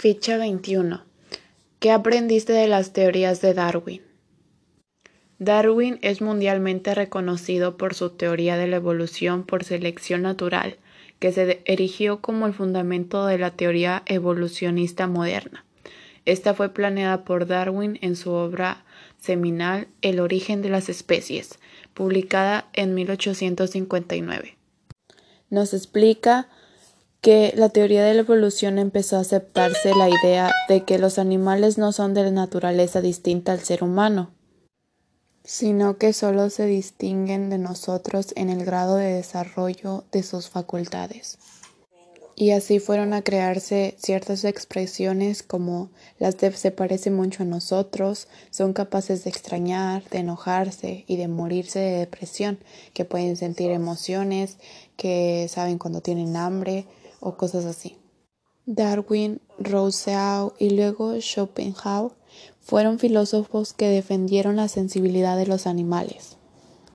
Ficha 21. ¿Qué aprendiste de las teorías de Darwin? Darwin es mundialmente reconocido por su teoría de la evolución por selección natural, que se erigió como el fundamento de la teoría evolucionista moderna. Esta fue planeada por Darwin en su obra seminal El origen de las especies, publicada en 1859. Nos explica que la teoría de la evolución empezó a aceptarse la idea de que los animales no son de naturaleza distinta al ser humano, sino que solo se distinguen de nosotros en el grado de desarrollo de sus facultades. Y así fueron a crearse ciertas expresiones como las de se parecen mucho a nosotros, son capaces de extrañar, de enojarse y de morirse de depresión, que pueden sentir emociones, que saben cuando tienen hambre o cosas así. Darwin, Rousseau y luego Schopenhauer fueron filósofos que defendieron la sensibilidad de los animales.